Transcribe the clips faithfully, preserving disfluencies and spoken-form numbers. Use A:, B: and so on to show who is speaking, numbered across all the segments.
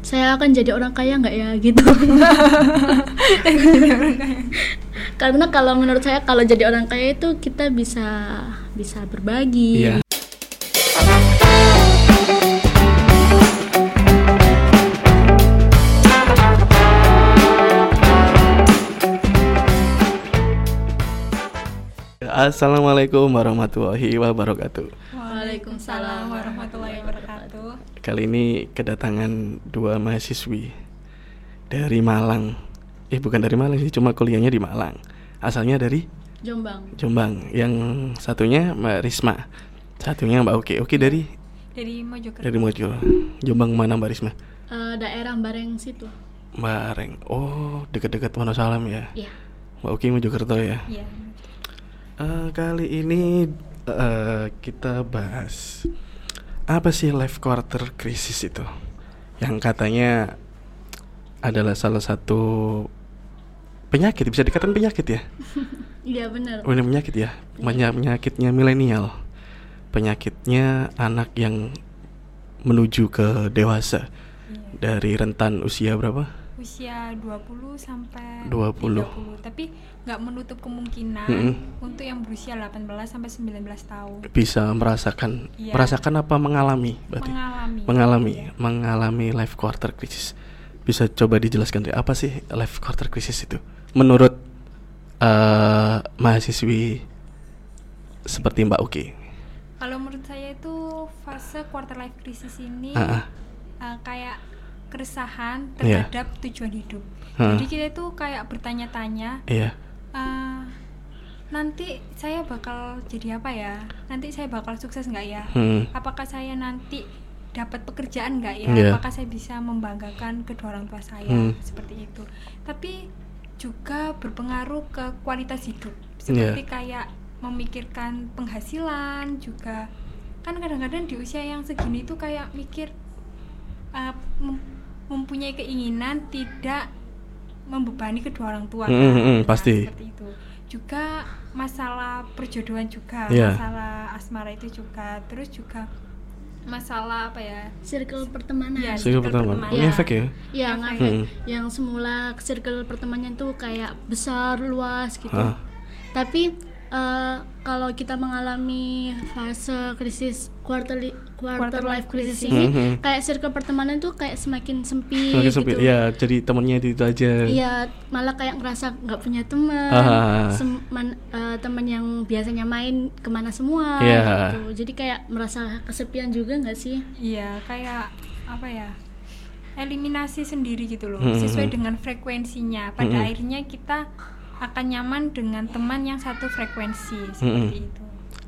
A: saya akan jadi orang kaya nggak ya gitu. Karena kalau menurut saya kalau jadi orang kaya itu kita bisa bisa berbagi.
B: Iya. Assalamualaikum warahmatullahi wabarakatuh.
C: Waalaikumsalam warahmatullahi wabarakatuh.
B: Kali ini kedatangan dua mahasiswi dari Malang. Eh bukan dari Malang sih, cuma kuliahnya di Malang. Asalnya dari
A: Jombang.
B: Jombang. Yang satunya Mbak Risma, satunya Mbak Oki. Oki dari
C: Dari Mojokerto.
B: dari Mojo. Jombang mana Mbak Risma?
A: Uh, daerah Bareng situ.
B: Bareng. Oh, dekat-dekat Wonosalam ya.
A: Iya.
B: Mbak Oki Mojokerto ya.
C: Iya.
B: Uh, kali ini uh, kita bahas apa sih life quarter crisis itu, yang katanya adalah salah satu penyakit, bisa dikatakan penyakit ya?
A: Iya benar.
B: Oh, ini penyakit ya, Penya- penyakitnya milenial, penyakitnya anak yang menuju ke dewasa.
C: Iya.
B: Dari rentan usia berapa?
C: Usia dua puluh sampai
B: dua puluh.
C: tiga puluh. Tapi nggak menutup kemungkinan
B: Mm-mm.
C: untuk yang berusia delapan belas sampai sembilan belas tahun
B: Bisa merasakan,
C: Iya.
B: merasakan apa mengalami, berarti
C: mengalami.
B: mengalami,
C: Iya.
B: mengalami life quarter crisis. Bisa coba dijelaskan deh, apa sih life quarter crisis itu? Menurut uh, mahasiswi seperti Mbak Uki.
C: Kalau menurut saya itu fase quarter life crisis ini
B: Ah, ah.
C: uh, kayak keresahan
B: Iya.
C: terhadap tujuan hidup.
B: Ah.
C: Jadi kita itu kayak bertanya-tanya,
B: Iya,
C: uh, nanti saya bakal jadi apa ya? Nanti saya bakal sukses nggak ya?
B: hmm.
C: Apakah saya nanti dapat pekerjaan nggak ya?
B: Yeah.
C: Apakah saya bisa membanggakan kedua orang tua saya?
B: Hmm.
C: Seperti itu. Tapi juga berpengaruh ke kualitas hidup. Seperti
B: Yeah.
C: kayak memikirkan penghasilan juga. Kan kadang-kadang di usia yang segini itu kayak mikir uh, mem- mempunyai keinginan tidak membebani kedua orang tua.
B: Hmm,
C: kan?
B: hmm,
C: Nah,
B: pasti.
C: seperti itu. Juga masalah perjodohan juga,
B: Yeah.
C: masalah asmara itu juga, terus juga masalah apa ya?
A: Circle pertemanan.
C: Iya,
B: Circle
C: circle
B: pertemanan.
C: pertemanan.
B: Oh, ngefek ya?
A: Ya,
C: Efek.
A: ngefek.
B: Hmm.
A: Yang semula circle pertemanan tuh kayak besar, luas gitu.
B: Ah.
A: Tapi uh, kalau kita mengalami fase krisis quarter li- quarter,
C: Quarter
A: life
C: life
A: crisis
C: crisis.
A: ini,
B: Mhm.
A: kayak circle pertemanan tuh kayak semakin sempit.
B: Semakin sempit.
A: gitu.
B: Ya, jadi temennya itu, itu aja.
A: Iya, malah kayak ngerasa nggak punya teman,
B: Ah.
A: Sem- man- eh, teman yang biasanya main kemana semua,
B: Iya.
A: gitu. Jadi kayak merasa kesepian juga nggak sih?
C: Iya, kayak apa ya? Eliminasi sendiri gitu loh,
B: Hmm.
C: sesuai dengan frekuensinya. Pada
B: Hmm.
C: akhirnya kita akan nyaman dengan teman yang satu frekuensi seperti
B: Hmm.
C: itu.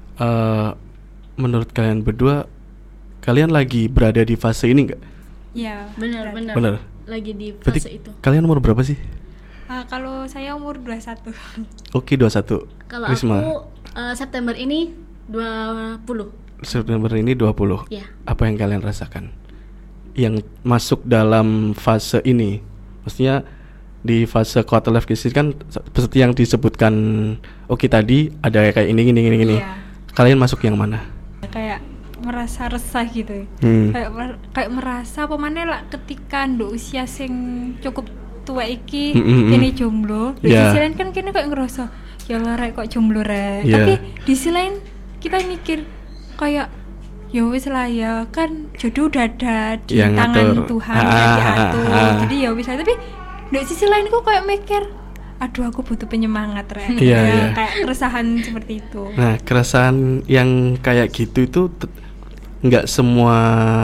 B: Uh, menurut kalian berdua, kalian lagi berada di fase ini nggak?
C: Iya,
A: Benar, benar.
B: Benar.
A: Lagi di
B: Berarti
A: fase itu.
B: kalian umur berapa sih?
C: Uh, kalau saya umur dua puluh satu.
B: Oke, dua puluh satu.
A: Kalau
B: Risma,
A: aku eh, September ini dua puluh.
B: September ini dua puluh.
A: Ya.
B: Apa yang kalian rasakan? Yang masuk dalam fase ini, maksudnya di fase quarter life crisis kan seperti yang disebutkan Oki tadi, ada kayak ini gini gini gini.
C: Iya.
B: Kalian masuk yang mana?
C: Kayak merasa resah gitu.
B: Hmm.
C: Kayak mer- kayak merasa apa maneh lah ketika nduk usia sing cukup tua iki
B: Mm, mm, mm.
C: kene jomblo. Di
B: Yeah.
C: sisi lain kan kene kayak ngerasa ya lah rek kok jomblo rek.
B: Yeah.
C: Tapi di sisi lain kita mikir kayak ya wis lah ya kan jodoh udah ada di
B: Yang
C: tangan
B: ngatur.
C: Tuhan
B: Ah,
C: udah
B: ah,
C: diatur.
B: ah, ah.
C: Jadi ya wis lah. Tapi di sisi lain kok kayak mikir aduh aku butuh penyemangat rek.
B: Iya,
C: Ya,
B: iya.
C: kayak keresahan seperti itu.
B: Nah, keresahan yang kayak gitu itu tet- nggak semua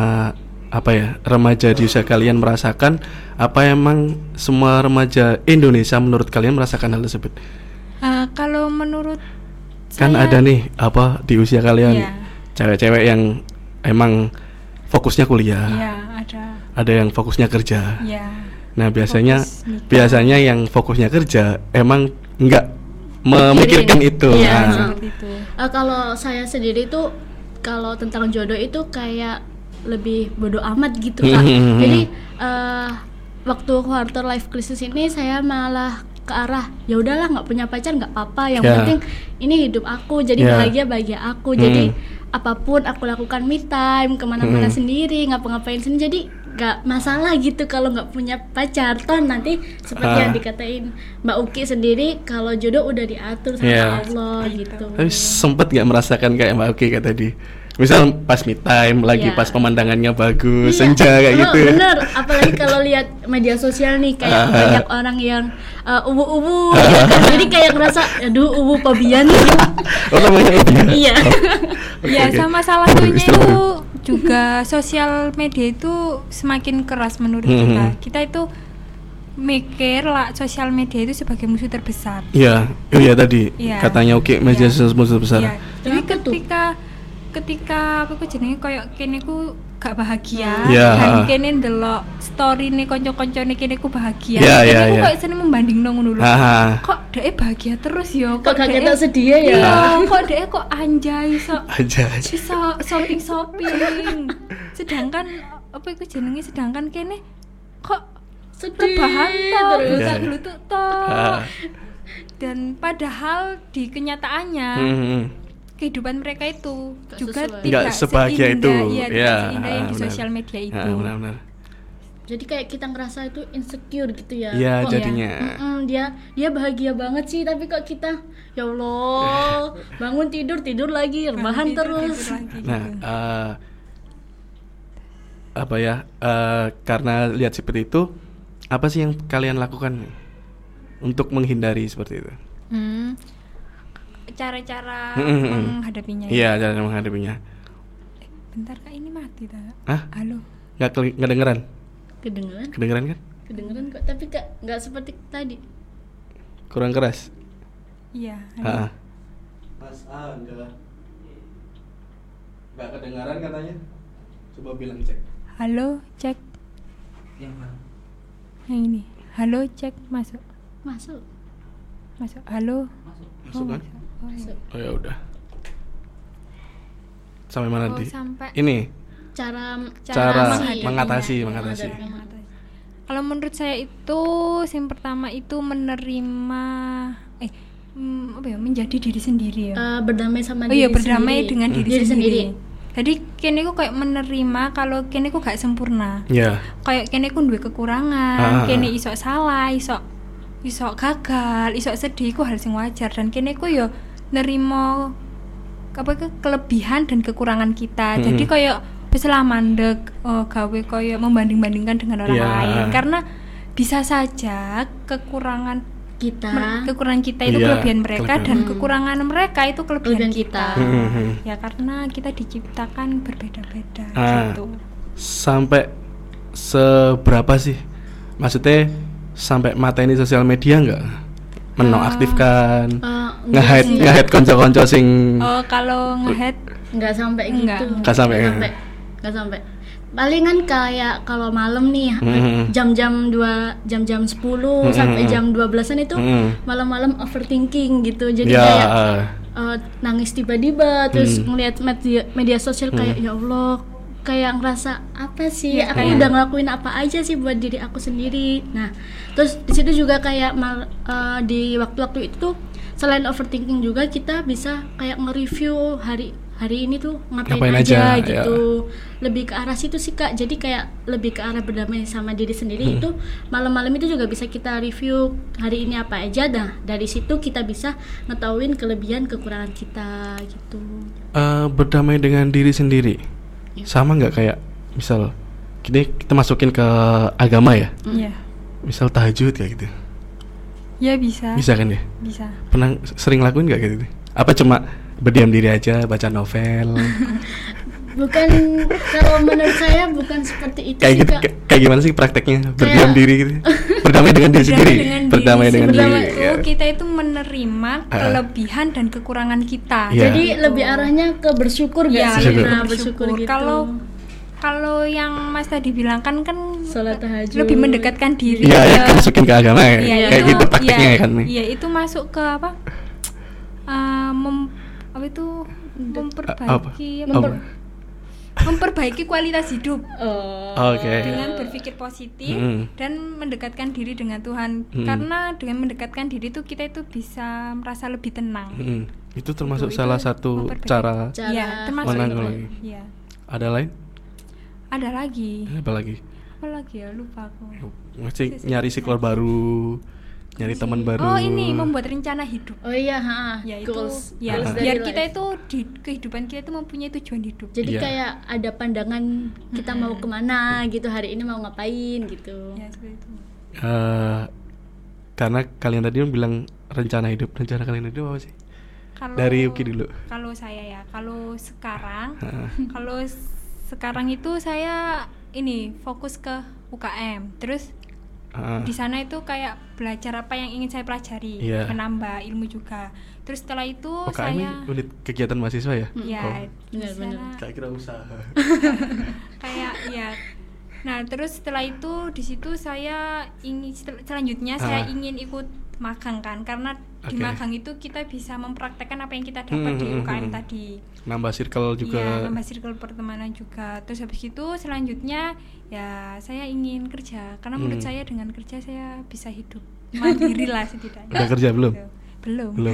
B: apa ya remaja di usia kalian merasakan. Apa emang semua remaja Indonesia menurut kalian merasakan hal tersebut?
C: Uh, kalau menurut
B: Kan
C: saya,
B: ada nih apa di usia kalian
C: Iya.
B: cewek-cewek yang emang fokusnya kuliah,
C: Iya, ada.
B: ada yang fokusnya kerja.
C: Iya.
B: Nah biasanya
C: Fokus nikah.
B: biasanya yang fokusnya kerja emang nggak memikirkan itu.
A: Iya,
B: Nah,
C: Seperti itu.
A: Eh, kalau saya sendiri tuh kalau tentang jodoh itu kayak lebih bodoh amat gitu Kak.
B: Mhm.
A: Jadi eh, waktu quarter life crisis ini saya malah ke arah ya udahlah nggak punya pacar nggak apa-apa, yang
B: Ya.
A: penting ini hidup aku, jadi
B: Ya.
A: bahagia bahagia aku. Jadi
B: Hmm.
A: apapun aku lakukan me time, kemana-mana
B: Hmm.
A: sendiri, ngapa-ngapain sendiri. Jadi nggak masalah gitu kalau nggak punya pacar. Toh nanti seperti
B: Ah.
A: yang dikatain Mbak Uki sendiri, kalau jodoh udah diatur sama
B: Yeah.
A: Allah gitu.
B: Tapi sempet nggak merasakan kayak Mbak Oki kayak tadi? Misal pas me time lagi
A: Iya.
B: pas pemandangannya bagus,
A: Iya.
B: senja kayak
A: Oh,
B: gitu ya.
A: bener, apalagi kalau lihat media sosial nih kayak
B: Ah.
A: banyak orang yang uh, ubu-ubu ya kan? Jadi kayak ngerasa aduh ubu pabian nih.
B: Oh namanya Oki ya?
A: Iya.
B: Oke,
C: Ya
B: oke.
C: sama salah
B: Baru
C: satunya
B: istilah.
C: itu juga sosial media itu semakin keras menurut
B: Hmm.
C: kita. Kita itu mikir lah sosial media itu sebagai musuh terbesar.
B: Iya, oh iya tadi
C: Iya.
B: katanya Oki media
C: Iya.
B: sosial musuh besar.
C: Iya. Jadi
A: Kenapa tuh?
C: ketika ketika apa ku jenenge koyo kene ku gak bahagia
B: Iya.
C: dan kene ndelok story nih kanca-kancane kene ku bahagia.
B: Iya,
C: Kene
B: iya,
C: ku
B: iya.
C: koyo seneng membandingno ngono lho.
B: Ah,
C: Kok dhek bahagia terus yo?
A: Kok gak
C: dhek-
A: ketok sedia ya?
C: Iya, kok dhek kok anjay so
B: aja. aja.
C: bisa shopping shopping sedangkan apa itu jenenge sedangkan kene kok
A: Sedih
C: rebahan toh
A: terus.
B: Iya.
C: gak glutuk toh
B: Ah.
C: dan padahal di kenyataannya
B: Hmm.
C: kehidupan mereka itu
A: Gak
C: juga
A: sesuai.
C: tidak
B: Nggak sebahagia
C: seindah-
B: itu.
C: iya, tidak
B: Ya,
C: seindah yang di
B: benar.
C: sosial media itu.
B: Ah, benar-benar.
A: Jadi kayak kita ngerasa itu insecure gitu ya.
B: Iya,
A: Kok-
B: jadinya.
A: Mm-mm, dia dia bahagia banget sih, tapi kok kita ya Allah bangun tidur tidur lagi rebahan
C: Tidur,
A: terus.
C: tidur lagi
B: Nah,
C: gitu.
B: eh, apa ya? eh, karena lihat seperti itu, apa sih yang kalian lakukan untuk menghindari seperti itu?
C: Hmm, cara-cara
B: Mm-mm.
C: menghadapinya
B: Iya,
C: ya.
B: cara menghadapinya.
C: Bentar kak ini mati tak?
B: Hah?
C: Halo.
B: Nggak keli- nggak dengeran?
A: Kedengeran?
B: Kedengeran kan?
A: Kedengeran kok, tapi kak nggak seperti tadi.
B: Kurang keras.
C: Iya. halo.
B: Ah. Mas A enggak nggak kedengaran katanya. Coba bilang cek.
C: Halo, cek.
B: Yang mana?
C: Yang ini. Halo, cek masuk.
A: Masuk.
C: Masuk. Halo.
B: Masuk kan?
C: masuk. Oh, iya.
B: Oh ya udah. Sampai mana
C: Oh,
B: tadi?
C: sampai
B: Ini
A: Cara
B: cara
A: menghadapinya.
B: mengatasi,
A: Iya,
B: mengatasi.
A: menghadapinya.
C: Kalau menurut saya itu yang pertama itu menerima eh mm, apa ya menjadi diri sendiri ya.
A: Eh, berdamai sama
C: oh
A: diri
C: iya berdamai
A: sendiri.
C: dengan diri,
A: Diri
C: sendiri. Jadi kene ku kayak menerima kalau kene ku gak sempurna.
B: Ya.
C: Kayak kene ku duwe
B: Ah.
C: kekurangan, kene iso salah, iso iso gagal, iso sedih ku hal sing wajar dan kene ku yo nerimo apa ke kelebihan dan kekurangan kita.
B: Hmm.
C: Jadi kayak wis lah mandek oh, gawe kayak membanding-bandingkan dengan orang
B: Ya.
C: lain karena bisa saja kekurangan
A: Kita
C: mer- kekurangan kita itu
B: Iya,
C: kelebihan mereka
B: kelebihan.
C: dan kekurangan mereka itu kelebihan
A: Kelebihan
C: kita.
A: kita.
B: Hmm.
C: Ya karena kita diciptakan berbeda-beda
B: Ah.
C: gitu.
B: Sampai seberapa sih? Maksudnya sampai mata ini sosial media nggak? Menonaktifkan,
A: eh,
B: nge-hide
A: sih.
B: nge-hide konco-konco sing
C: Oh, kalau nge-head
A: nggak sampai
C: Enggak.
A: gitu.
B: Nggak sampai, ya?
A: sampai. Nggak sampai. Palingan kayak kalau malam nih
B: Hmm.
A: jam-jam dua jam-jam sepuluh
B: Hmm.
A: sampai jam dua belasan itu
B: Hmm.
A: malam-malam overthinking gitu. Jadi
B: ya
A: kayak
B: eh,
A: eh, nangis tiba-tiba terus
B: Hmm.
A: ngelihat media media sosial kayak
B: Hmm.
A: ya Allah kayak ngerasa apa sih
C: Ya,
A: aku
B: kayak-
A: udah ngelakuin apa aja sih buat diri aku sendiri. Nah terus di situ juga kayak mal- eh, di waktu-waktu itu selain overthinking juga kita bisa kayak nge-review hari hari ini tuh ngapain,
B: Ngapain
A: aja,
B: aja,
A: gitu. Lebih ke arah situ sih kak. Jadi kayak lebih ke arah berdamai sama diri sendiri.
B: Hmm.
A: Itu malam-malam itu juga bisa kita review hari ini apa aja. Nah dari situ kita bisa ngetahuin kelebihan kekurangan kita gitu.
B: eh, berdamai dengan diri sendiri.
A: Ya.
B: Sama nggak kayak misal gini kita masukin ke agama ya,
C: Iya.
B: misal tahajud kayak gitu.
C: Ya bisa.
B: Bisa kan ya?
C: Bisa.
B: Pernah sering lakuin nggak gitu? Apa cuma berdiam diri aja baca novel?
A: Bukan kalau menurut saya bukan seperti itu
B: kayak
A: sih
B: gitu
A: kak.
B: kayak, kayak gimana sih prakteknya berdiam
A: Kayak-
B: diri gitu? Berdamai dengan diri sendiri. Berdamai dengan diri.
C: sendiri itu
B: ya.
C: kita itu menerima
B: Ah.
C: kelebihan dan kekurangan kita.
B: Iya.
A: Jadi
C: Gitu.
A: lebih arahnya ke bersyukur
C: Iya,
A: gak sih?
B: lebih
A: Nah,
C: ke
A: bersyukur
C: bersyukur.
A: gitu.
C: Kalau kalau yang Mas tadi bilang kan kan
A: Sholat tahajud.
C: lebih mendekatkan diri.
B: Iya, ya,
C: ke-
B: masukin ke agama ya.
C: Iya,
B: Kayak
C: itu-
B: gitu prakteknya
C: iya,
B: ya kan nih.
C: Iya, itu masuk ke apa? Eh, mem- apa itu memperbaiki
B: Apa?
C: memper- memperbaiki kualitas hidup
A: Oh.
B: Oke.
C: dengan berpikir positif
B: Mm.
C: dan mendekatkan diri dengan Tuhan.
B: Mm.
C: Karena dengan mendekatkan diri itu kita itu bisa merasa lebih tenang.
B: Mm. Itu termasuk
C: Itu-
B: salah
C: itu
B: satu
C: memperbaiki.
B: cara.
A: Cara
C: Iya, termasuk itu.
B: menanggulangi.
C: Iya.
B: Ada lain?
C: Ada lagi.
B: Apa lagi?
C: apalagi ya, lupa aku.
B: Mesti nyari circle baru, nyari teman baru.
C: Oh, ini membuat rencana hidup.
A: Oh iya, ha,
C: Ya itu
A: goals.
C: ya
A: Goals
C: biar
A: dari
C: kita
A: life.
C: itu di kehidupan kita itu mempunyai tujuan hidup.
A: Jadi
B: Iya.
A: kayak ada pandangan kita mau kemana gitu, hari ini mau ngapain gitu.
C: Ya seperti itu.
B: Eh, karena kalian tadi bilang rencana hidup, rencana kalian hidup apa sih?
C: Kalau
B: Dari Yuki dulu.
C: Kalau saya ya, kalau sekarang
B: Heeh.
C: kalau s- sekarang itu saya ini fokus ke U K M. Terus
B: Heeh.
C: di sana itu kayak belajar apa yang ingin saya pelajari,
B: Iya.
C: menambah ilmu juga. Terus setelah itu
B: O K M
C: saya
B: ini unit kegiatan mahasiswa ya?
C: ya
B: Oh.
C: di
A: Benar-benar.
C: sana
B: Kayak kira usaha.
C: kayak ya. Nah, terus setelah itu di situ saya ingin sel- selanjutnya saya
B: Ah.
C: ingin ikut magang kan, karena di
B: Oke.
C: magang itu kita bisa mempraktekkan apa yang kita dapat
B: Hmm,
C: di
B: hmm,
C: U K M
B: hmm.
C: tadi.
B: Nambah circle juga.
C: Iya, nambah circle pertemanan juga. Terus habis itu selanjutnya ya saya ingin kerja, karena menurut
B: Hmm.
C: saya dengan kerja saya bisa hidup mandiri lah setidaknya.
B: Udah kerja belum?
C: Gitu. Belum.
B: Belum.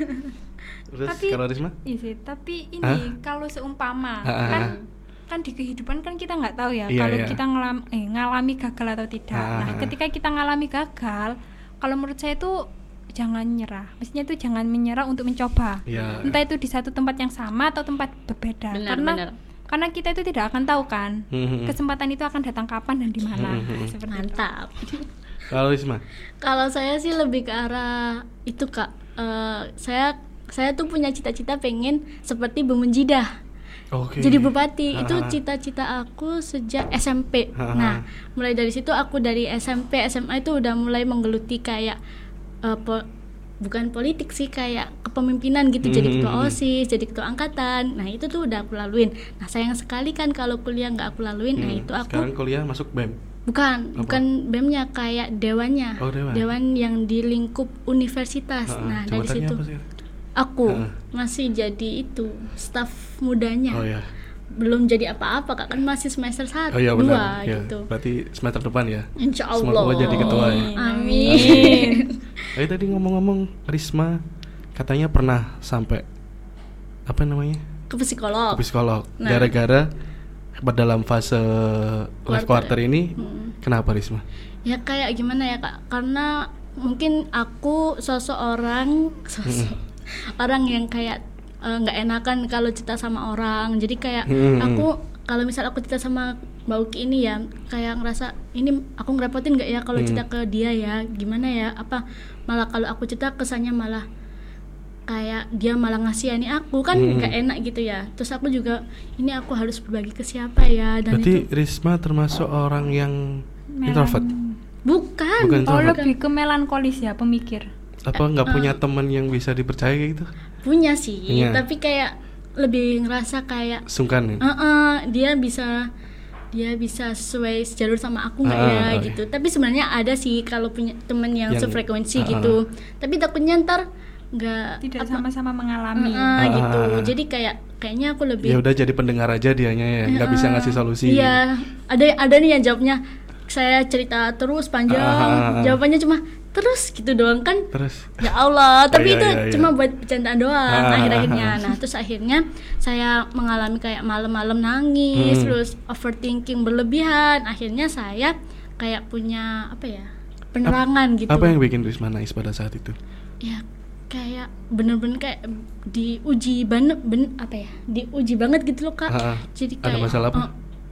B: Terus
C: Tapi-
B: kalau Risma?
C: Iya sih, tapi ini
B: Hah?
C: kalau seumpama
B: Ah, ah,
C: kan
B: ah.
C: kan di kehidupan kan kita nggak tahu ya
B: Iya,
C: kalau
B: iya.
C: kita ngelam, eh, ngalami gagal atau tidak.
B: Ah,
C: Nah,
B: ah, ah.
C: ketika kita ngalami gagal, kalau menurut saya itu jangan nyerah. Maksudnya itu jangan menyerah untuk mencoba.
B: Iya.
C: Entah itu di satu tempat yang sama atau tempat berbeda.
A: Benar,
C: karena
A: benar.
C: karena kita itu tidak akan tahu kan
B: Hmm.
C: kesempatan itu akan datang kapan dan di mana.
B: Hmm.
C: Nah, seperti itu.
A: Mantap.
B: Kalau Risma?
A: Kalau saya sih lebih ke arah itu Kak. Eh, saya saya tuh punya cita-cita pengen seperti Bu Munjidah.
B: Oke.
A: Jadi bupati.
B: Ah,
A: Itu
B: ah.
A: cita-cita aku sejak S M P.
B: Ah, ah.
A: Nah, mulai dari situ aku dari S M P, S M A itu udah mulai menggeluti kayak eh, po- bukan politik sih, kayak kepemimpinan gitu. Jadi
B: Hmm,
A: ketua
B: hmm, hmm.
A: OSIS, jadi ketua angkatan. Nah, itu tuh udah aku laluin. Nah, sayang sekali kan kalau kuliah nggak aku laluin. Nah,
B: Hmm,
A: itu aku
B: Sekarang kuliah masuk B E M.
A: Bukan,
B: Apa?
A: bukan B E M-nya, kayak dewannya.
B: Oh, dewan.
A: yang di lingkup universitas.
B: Ah,
A: Nah, dari
B: jabatannya
A: situ
B: apa sih?
A: aku
B: Ah.
A: masih jadi itu staf mudanya.
B: Oh ya.
A: Belum jadi apa-apa Kak, kan masih semester satu,
B: Oh iya
A: dua
B: benar. Ya.
A: gitu.
B: Berarti semester depan ya.
A: Insya
B: Semoga
A: Allah.
B: jadi ketua ya.
A: Amin.
B: Eh tadi ngomong-ngomong Risma katanya pernah sampai apa namanya?
A: Ke psikolog.
B: Ke psikolog.
A: Nah.
B: Gara-gara dalam fase life
A: Quarter.
B: quarter ini
A: Hmm.
B: kenapa Risma?
A: Ya kayak gimana ya Kak? Karena mungkin aku sosok orang sosok orang yang kayak eh, nggak enakan kalau cerita sama orang. Jadi kayak
B: Hmm.
A: aku kalau misal aku cerita sama Mbak Uki ini ya, kayak ngerasa ini aku ngerepotin nggak ya kalau
B: Hmm.
A: cerita ke dia ya, gimana ya? Apa malah kalau aku cerita kesannya malah kayak dia malah ngasihani aku kan
B: Hmm.
A: nggak enak gitu ya. Terus aku juga ini aku harus berbagi ke siapa ya, dan
B: Berarti
A: itu
B: Risma termasuk orang yang
C: Melan-
B: introvert.
A: bukan.
B: Bukan
C: Oh,
B: introvert.
C: lebih ke melankolis ya, pemikir.
B: Apa nggak punya teman yang bisa dipercaya gitu?
A: Punya sih,
B: Punya.
A: tapi kayak lebih ngerasa kayak
B: Sungkan ya?
A: "Eh-eh, dia bisa dia bisa sesuai sejalur sama aku nggak
B: Ah,
A: ya
B: ah,
A: gitu." Tapi sebenarnya ada sih kalau punya temen yang,
B: Yang-
A: sefrekuensi
B: ah,
A: gitu. Tapi takutnya ntar nggak
C: Tidak
A: apa,
C: sama-sama mengalami.
A: eh-eh,
B: Ah,
A: gitu.
B: ah, ah.
A: Jadi kayak kayaknya aku lebih
B: Ya udah jadi pendengar aja dianya ya, nggak bisa ngasih solusi.
A: Iya, ada ada nih yang jawabnya saya cerita terus panjang,
B: Ah, ah, ah.
A: jawabannya cuma terus gitu doang kan.
B: Terus
A: Ya Allah, tapi
B: Oh, iya,
A: itu
B: iya, iya.
A: cuma buat bercandaan doang
B: Ah,
A: akhir-akhirnya.
B: ah, ah.
A: Nah, terus akhirnya saya mengalami kayak malam-malam nangis,
B: Hmm.
A: terus overthinking berlebihan. Akhirnya saya kayak punya apa ya? Penerangan gitu.
B: apa yang bikin Risma nangis pada saat itu?
A: Ya kayak bener-bener kayak diuji banget ben apa ya? Diuji banget gitu loh, Kak.
B: Ah, ah.
A: Jadi
B: Ada
A: kayak
B: masalah apa?
A: eh,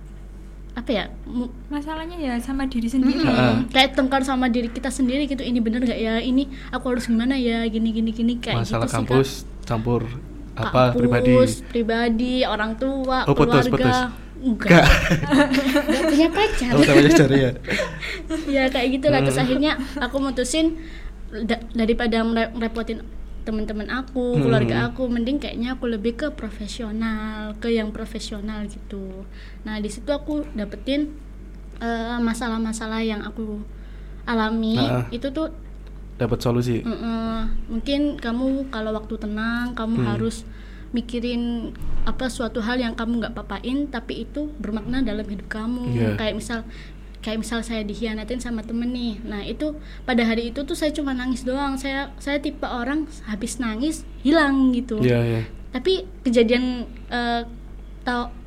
A: apa ya? mu-
C: Masalahnya ya sama diri sendiri.
A: Mm-mm.
B: Ah.
A: Kayak tengkar sama diri kita sendiri gitu, ini bener nggak ya, ini aku harus gimana ya, gini gini gini kayak
B: Masalah
A: gitu sih,
B: kampus campur apa
A: Kampus,
B: pribadi?
A: pribadi, orang tua,
B: Oh, putus,
A: keluarga.
B: putus.
A: Enggak,
B: Enggak.
A: enggak punya pacar.
B: Oh, sama cari ya.
A: Ya kayak gitu lah. Terus
B: Hmm.
A: akhirnya aku mutusin da- daripada mere- merepotin teman-teman aku,
B: Hmm.
A: keluarga aku, mending kayaknya aku lebih ke profesional, ke yang profesional gitu. Nah di situ aku dapetin eh, masalah-masalah yang aku alami.
B: Ah.
A: Itu tuh
B: Dapat solusi.
A: mm-mm, mungkin kamu kalau waktu tenang kamu
B: Hmm.
A: harus mikirin apa suatu hal yang kamu nggak papain tapi itu bermakna dalam hidup kamu.
B: Iya.
A: Kayak misal kayak misal saya dikhianatin sama temen nih. Nah itu pada hari itu tuh saya cuma nangis doang. Saya saya tipe orang habis nangis hilang gitu.
B: Iya, iya.
A: Tapi kejadian eh, tau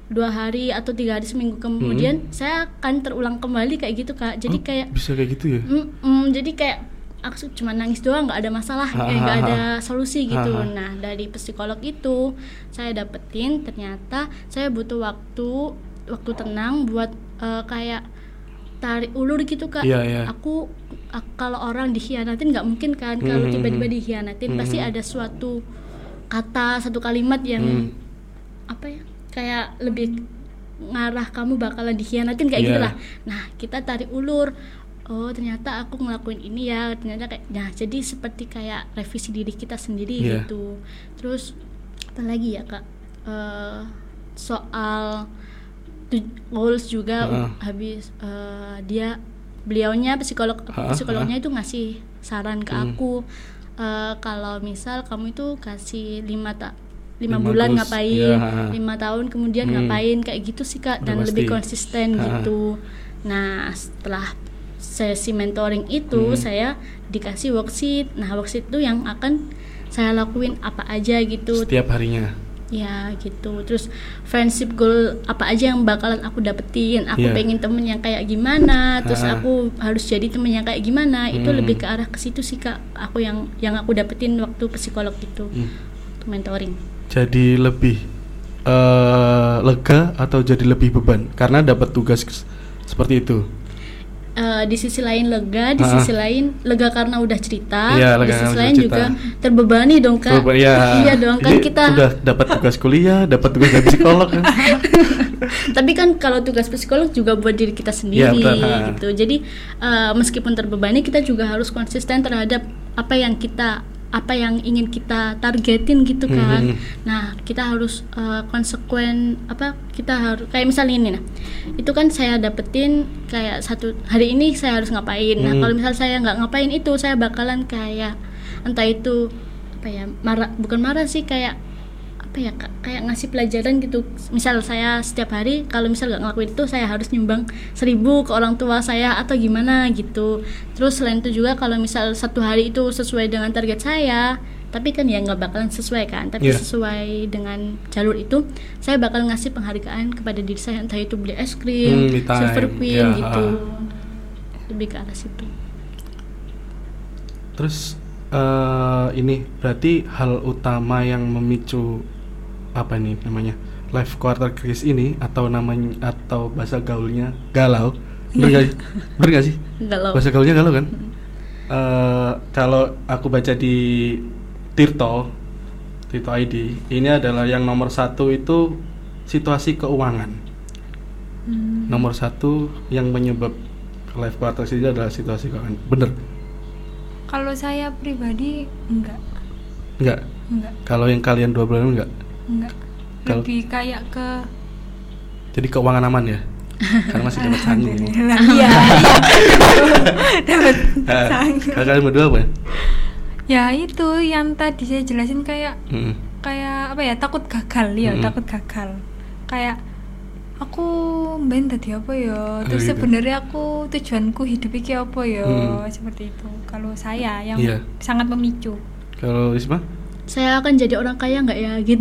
A: dua hari atau tiga hari seminggu kemudian hmm. saya akan terulang kembali kayak gitu Kak. Jadi
B: oh,
A: kayak
B: bisa kayak gitu ya?
A: Mm, mm, jadi kayak aku cuma nangis doang, nggak ada masalah, nggak ada solusi gitu. Ha, ha. Nah dari psikolog itu saya dapetin ternyata saya butuh waktu waktu tenang buat uh, kayak tarik ulur gitu Kak.
B: Yeah, yeah.
A: Aku, aku kalau orang dikhianatin nggak mungkin kan, kalau
B: mm-hmm.
A: tiba-tiba dikhianatin mm-hmm. pasti ada suatu kata, satu kalimat yang mm. apa ya? Kayak lebih ngarah kamu bakalan dikhianatin kayak yeah. gitulah. Nah kita tarik ulur, oh ternyata aku ngelakuin ini ya, ternyata kayak, nah jadi seperti kayak revisi diri kita sendiri yeah. gitu. Terus apa lagi ya Kak, uh, soal goals juga uh-huh. habis uh, dia beliaunya psikolog uh-huh. psikolognya itu ngasih saran ke hmm. aku, uh, kalau misal kamu itu kasih lima tak lima bulan goals. Ngapain, ya. lima tahun kemudian hmm. ngapain, kayak gitu sih Kak, dan lebih konsisten ha. Gitu. Nah setelah sesi mentoring itu hmm. saya dikasih worksheet. Nah worksheet itu yang akan saya lakuin apa aja gitu
B: setiap harinya.
A: Ya gitu. Terus friendship goal apa aja yang bakalan aku dapetin. Aku yeah. pengen temen yang kayak gimana. Terus ha. aku harus jadi temen yang kayak gimana. Hmm. Itu lebih ke arah ke situ sih Kak. Aku yang yang aku dapetin waktu psikolog itu hmm. untuk mentoring.
B: Jadi lebih uh, lega atau jadi lebih beban karena dapat tugas seperti itu?
A: Uh, di sisi lain lega, di ha. sisi lain lega karena udah cerita,
B: ya,
A: di sisi lain cerita. Juga terbebani dong Kak.
B: Terbeba- ya.
A: Iya dong kan. Jadi kita
B: udah dapat tugas kuliah, dapat tugas dari psikolog kan.
A: Tapi kan kalau tugas psikolog juga buat diri kita sendiri ya, gitu. Jadi uh, meskipun terbebani kita juga harus konsisten terhadap apa yang kita apa yang ingin kita targetin gitu kan. Hmm. Nah kita harus uh, konsekuen, apa kita harus kayak misalnya ini, nah itu kan saya dapetin kayak satu hari ini saya harus ngapain. Hmm. Nah kalau misal saya nggak ngapain itu, saya bakalan kayak entah itu apa ya, marah, bukan marah sih, kayak apa ya Kak, kayak ngasih pelajaran gitu. Misal saya setiap hari kalau misal nggak ngelakuin itu, saya harus nyumbang seribu ke orang tua saya atau gimana gitu. Terus selain itu juga kalau misal satu hari itu sesuai dengan target saya, tapi kan ya nggak bakalan sesuai kan, tapi yeah. sesuai dengan jalur itu, saya bakal ngasih penghargaan kepada diri saya, entah itu beli es krim, hmm, silver queen yeah. gitu. Lebih ke arah situ.
B: Terus uh, ini berarti hal utama yang memicu apa nih namanya life quarter crisis ini, atau namanya atau bahasa gaulnya galau, bener gak sih? Bener gak sih?
A: Galau.
B: Bahasa gaulnya galau kan? Hmm. Uh, kalau aku baca di Tirto, Tirto I D, ini adalah yang nomor satu itu situasi keuangan. Hmm. Nomor satu yang menyebab life quarter crisis adalah situasi keuangan. Bener?
C: Kalau saya pribadi enggak.
B: Enggak.
C: Enggak.
B: Kalau yang kalian dua bulan enggak?
C: Enggak.
B: Kalo,
C: lebih kayak ke,
B: jadi keuangan aman ya? Karena masih dapat sangu.
C: Iya. Dapat sangu.
B: Kalau kalian berdua apa?
C: Ya itu yang tadi saya jelasin, kayak
B: hmm.
C: kayak apa ya, takut gagal ya, hmm. takut gagal. Kayak aku ben tadi apa ya? Terus oh, gitu. Sebenarnya aku tujuanku hidup iki apa ya? Hmm. Seperti itu. Kalau saya yang yeah. sangat memicu.
B: Kalau Isma?
A: Saya akan jadi orang kaya nggak ya gitu.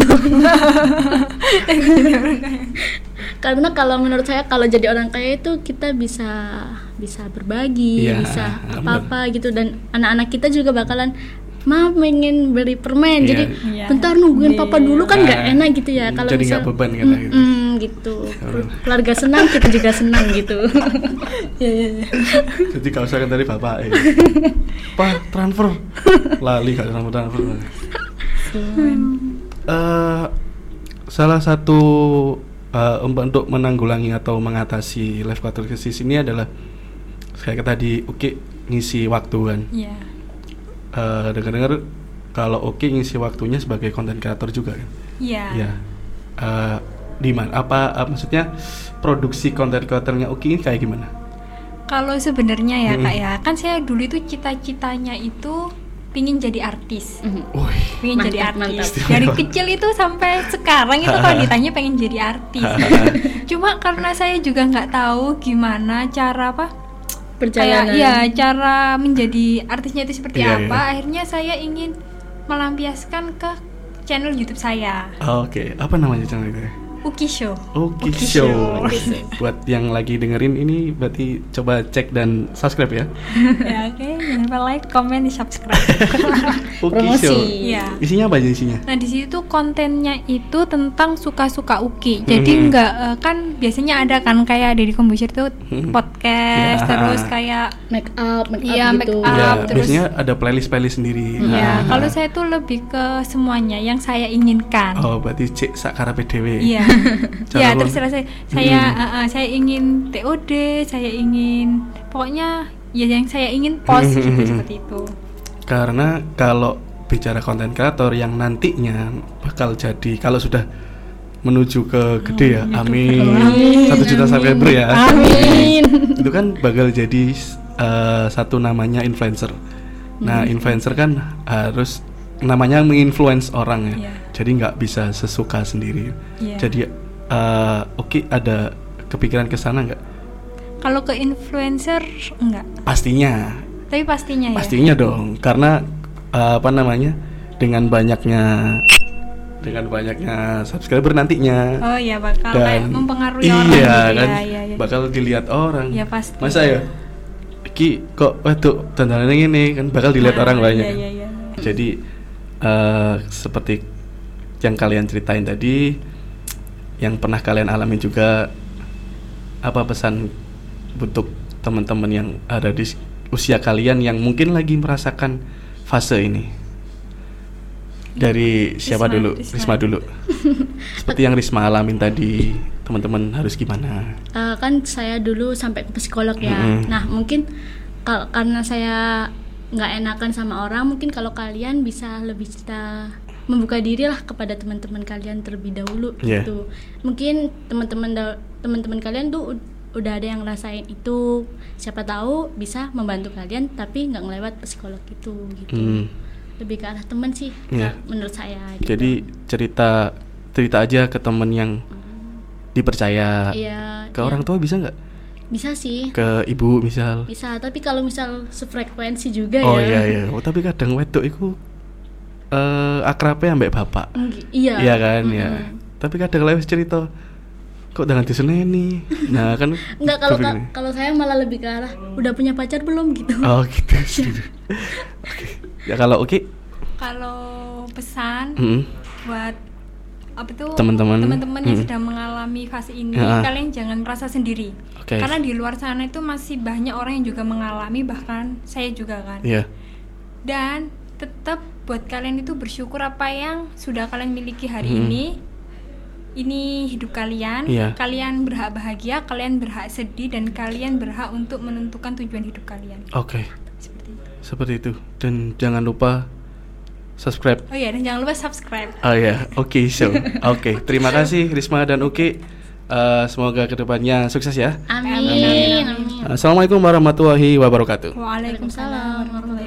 A: Karena kalau menurut saya kalau jadi orang kaya itu kita bisa bisa berbagi, ya, bisa apa-apa gitu, dan anak-anak kita juga bakalan Ma pengen beli permen, ya. Jadi ya. bentar nungguin ya. papa dulu kan nggak nah, enak gitu ya. Kalau
B: jadi nggak beban kan
A: mm, gitu. Mm, gitu. Keluarga senang, kita juga senang gitu.
C: Ya, ya, ya.
B: Jadi kalau saya kan tadi bapak, eh, Pak transfer, lali kalau transfer transfer. Hmm. Uh, salah satu uh, untuk menanggulangi atau mengatasi life quarter crisis ini adalah kayak tadi Uki ngisi waktu kan.
C: Iya. Yeah.
B: Uh, dengar-dengar kalau Uki ngisi waktunya sebagai content creator juga kan.
C: Iya. Yeah.
B: Iya. Uh, di mana? Apa uh, maksudnya produksi content creatornya Uki ini kayak gimana?
C: Kalau sebenarnya ya hmm. Kak ya, kan saya dulu itu cita-citanya itu pingin jadi artis,
B: mm-hmm.
C: pingin mantap, jadi artis mantap. Dari kecil itu sampai sekarang itu kalau ditanya pengen jadi artis. Cuma karena saya juga nggak tahu gimana cara apa
A: perjalanan,
C: kayak, ya cara menjadi artisnya itu seperti
B: yeah,
C: apa.
B: Yeah.
C: Akhirnya saya ingin melampiaskan ke channel YouTube saya.
B: Oh, oke, okay. Apa namanya channel itu?
C: Uki Show.
B: Uki
A: Uki
B: Show.
A: Show.
B: Buat yang lagi dengerin ini berarti coba cek dan subscribe ya.
C: Ya, oke, jangan lupa like, comment, di subscribe.
B: Uki
A: Promosi.
B: Show.
C: Iya.
B: Isinya apa aja isinya?
C: Nah, di situ kontennya itu tentang suka-suka Uki. Jadi
B: Hmm.
C: enggak eh, kan biasanya ada kan kayak Deddy Kombuser tuh
B: Hmm.
C: podcast,
B: Ya.
C: terus kayak
A: Make up, make up
C: Iya, make
A: gitu.
C: up.
B: Ya,
C: terus-
B: biasanya ada playlist-playlist sendiri.
C: ya,
B: Nah.
C: kalau saya tuh lebih ke semuanya yang saya inginkan.
B: Oh, berarti cek sakara P D W.
C: Iya.
B: Cara
C: Ya,
B: lo-
C: terserah saya. Saya
B: Hmm.
C: uh, uh, saya ingin T O D, saya ingin pokoknya ya yang saya ingin post gitu, seperti itu.
B: Karena kalau bicara konten kreator yang nantinya bakal jadi kalau sudah menuju ke gede ya, amin,
A: Amin,
B: satu juta
A: amin.
B: subscriber ya,
A: Amin.
B: itu kan bakal jadi uh, satu namanya influencer. Nah, influencer kan harus namanya menginfluence orang ya,
C: Iya.
B: jadi nggak bisa sesuka sendiri.
C: Iya.
B: Jadi uh, oke, ada kepikiran ke sana nggak?
C: Kalau ke influencer enggak,
B: Pastinya,
C: tapi pastinya ya.
B: pastinya dong, karena uh, apa namanya, dengan banyaknya dengan banyaknya subscriber nantinya.
C: Oh iya, bakal kayak mempengaruhi orang
B: iya
C: gitu
B: kan,
C: ya, iya, iya.
B: bakal dilihat orang.
C: Ya, pasti.
B: Masa ya, Ki kok waduh dandanannya ini kan bakal dilihat
C: Nah,
B: orang banyak.
C: iya, iya, iya.
B: Jadi eh, seperti yang kalian ceritain tadi, yang pernah kalian alami juga, apa pesan untuk teman-teman yang ada di usia kalian yang mungkin lagi merasakan fase ini? Dari siapa
C: Risma,
B: dulu?
C: Risma.
B: Risma dulu. Seperti yang Risma alamin tadi, teman-teman harus gimana?
A: Eh, kan saya dulu sampai ke psikolog ya.
B: Mm-mm.
A: Nah, mungkin kal- karena saya nggak enakan sama orang, mungkin kalau kalian bisa lebih cerita, membuka diri lah kepada teman-teman kalian terlebih dahulu
B: Yeah.
A: gitu. Mungkin teman-teman da- teman-teman kalian tuh ud- udah ada yang ngerasain itu. Siapa tahu bisa membantu kalian tapi nggak ngelewat psikolog itu gitu.
B: Hmm.
A: Lebih ke arah teman sih,
B: Yeah.
A: menurut saya gitu.
B: Jadi cerita cerita aja ke teman yang dipercaya.
A: Iya,
B: Ke
A: iya.
B: orang tua bisa nggak?
A: Bisa sih.
B: Ke ibu misal.
A: Bisa, tapi kalau misal sefrekuensi juga
B: Oh
A: ya.
B: iya iya. Oh, tapi kadang wedok itu eh akrabnya ambek bapak.
A: Eng- Iya.
B: Iya kan
A: Mm-mm.
B: ya. Tapi kadang lewat cerita kok dengan diseneni. Nah, kan
A: Enggak, kalau
B: kepikir
A: ka-
B: nih.
A: kalau saya malah lebih ke arah udah punya pacar belum gitu.
B: Oh gitu. gitu. Oke. Ya kalau oke.
C: Kalau pesan
B: Mm-mm.
C: buat apa tuh
B: Teman-teman.
C: teman-teman yang
B: Mm.
C: sedang mengalami fase ini,
B: Ya.
C: kalian jangan merasa sendiri.
B: Oke.
C: Karena di luar sana itu masih banyak orang yang juga mengalami, bahkan saya juga kan.
B: Iya.
C: Dan tetap buat kalian itu bersyukur apa yang sudah kalian miliki hari
B: Mm.
C: ini. Ini hidup kalian.
B: Iya.
C: Kalian berhak bahagia, kalian berhak sedih, dan kalian berhak untuk menentukan tujuan hidup kalian.
B: Oke.
C: Seperti itu.
B: Seperti itu. Dan jangan lupa subscribe.
C: Oh iya, dan jangan lupa subscribe.
B: Oh ya, oke, so, oke. Terima kasih Risma dan Uki. Eh, semoga kedepannya sukses ya.
A: Amin.
C: Amin.
A: Amin.
B: Assalamualaikum warahmatullahi wabarakatuh.
C: Waalaikumsalam warahmatullahi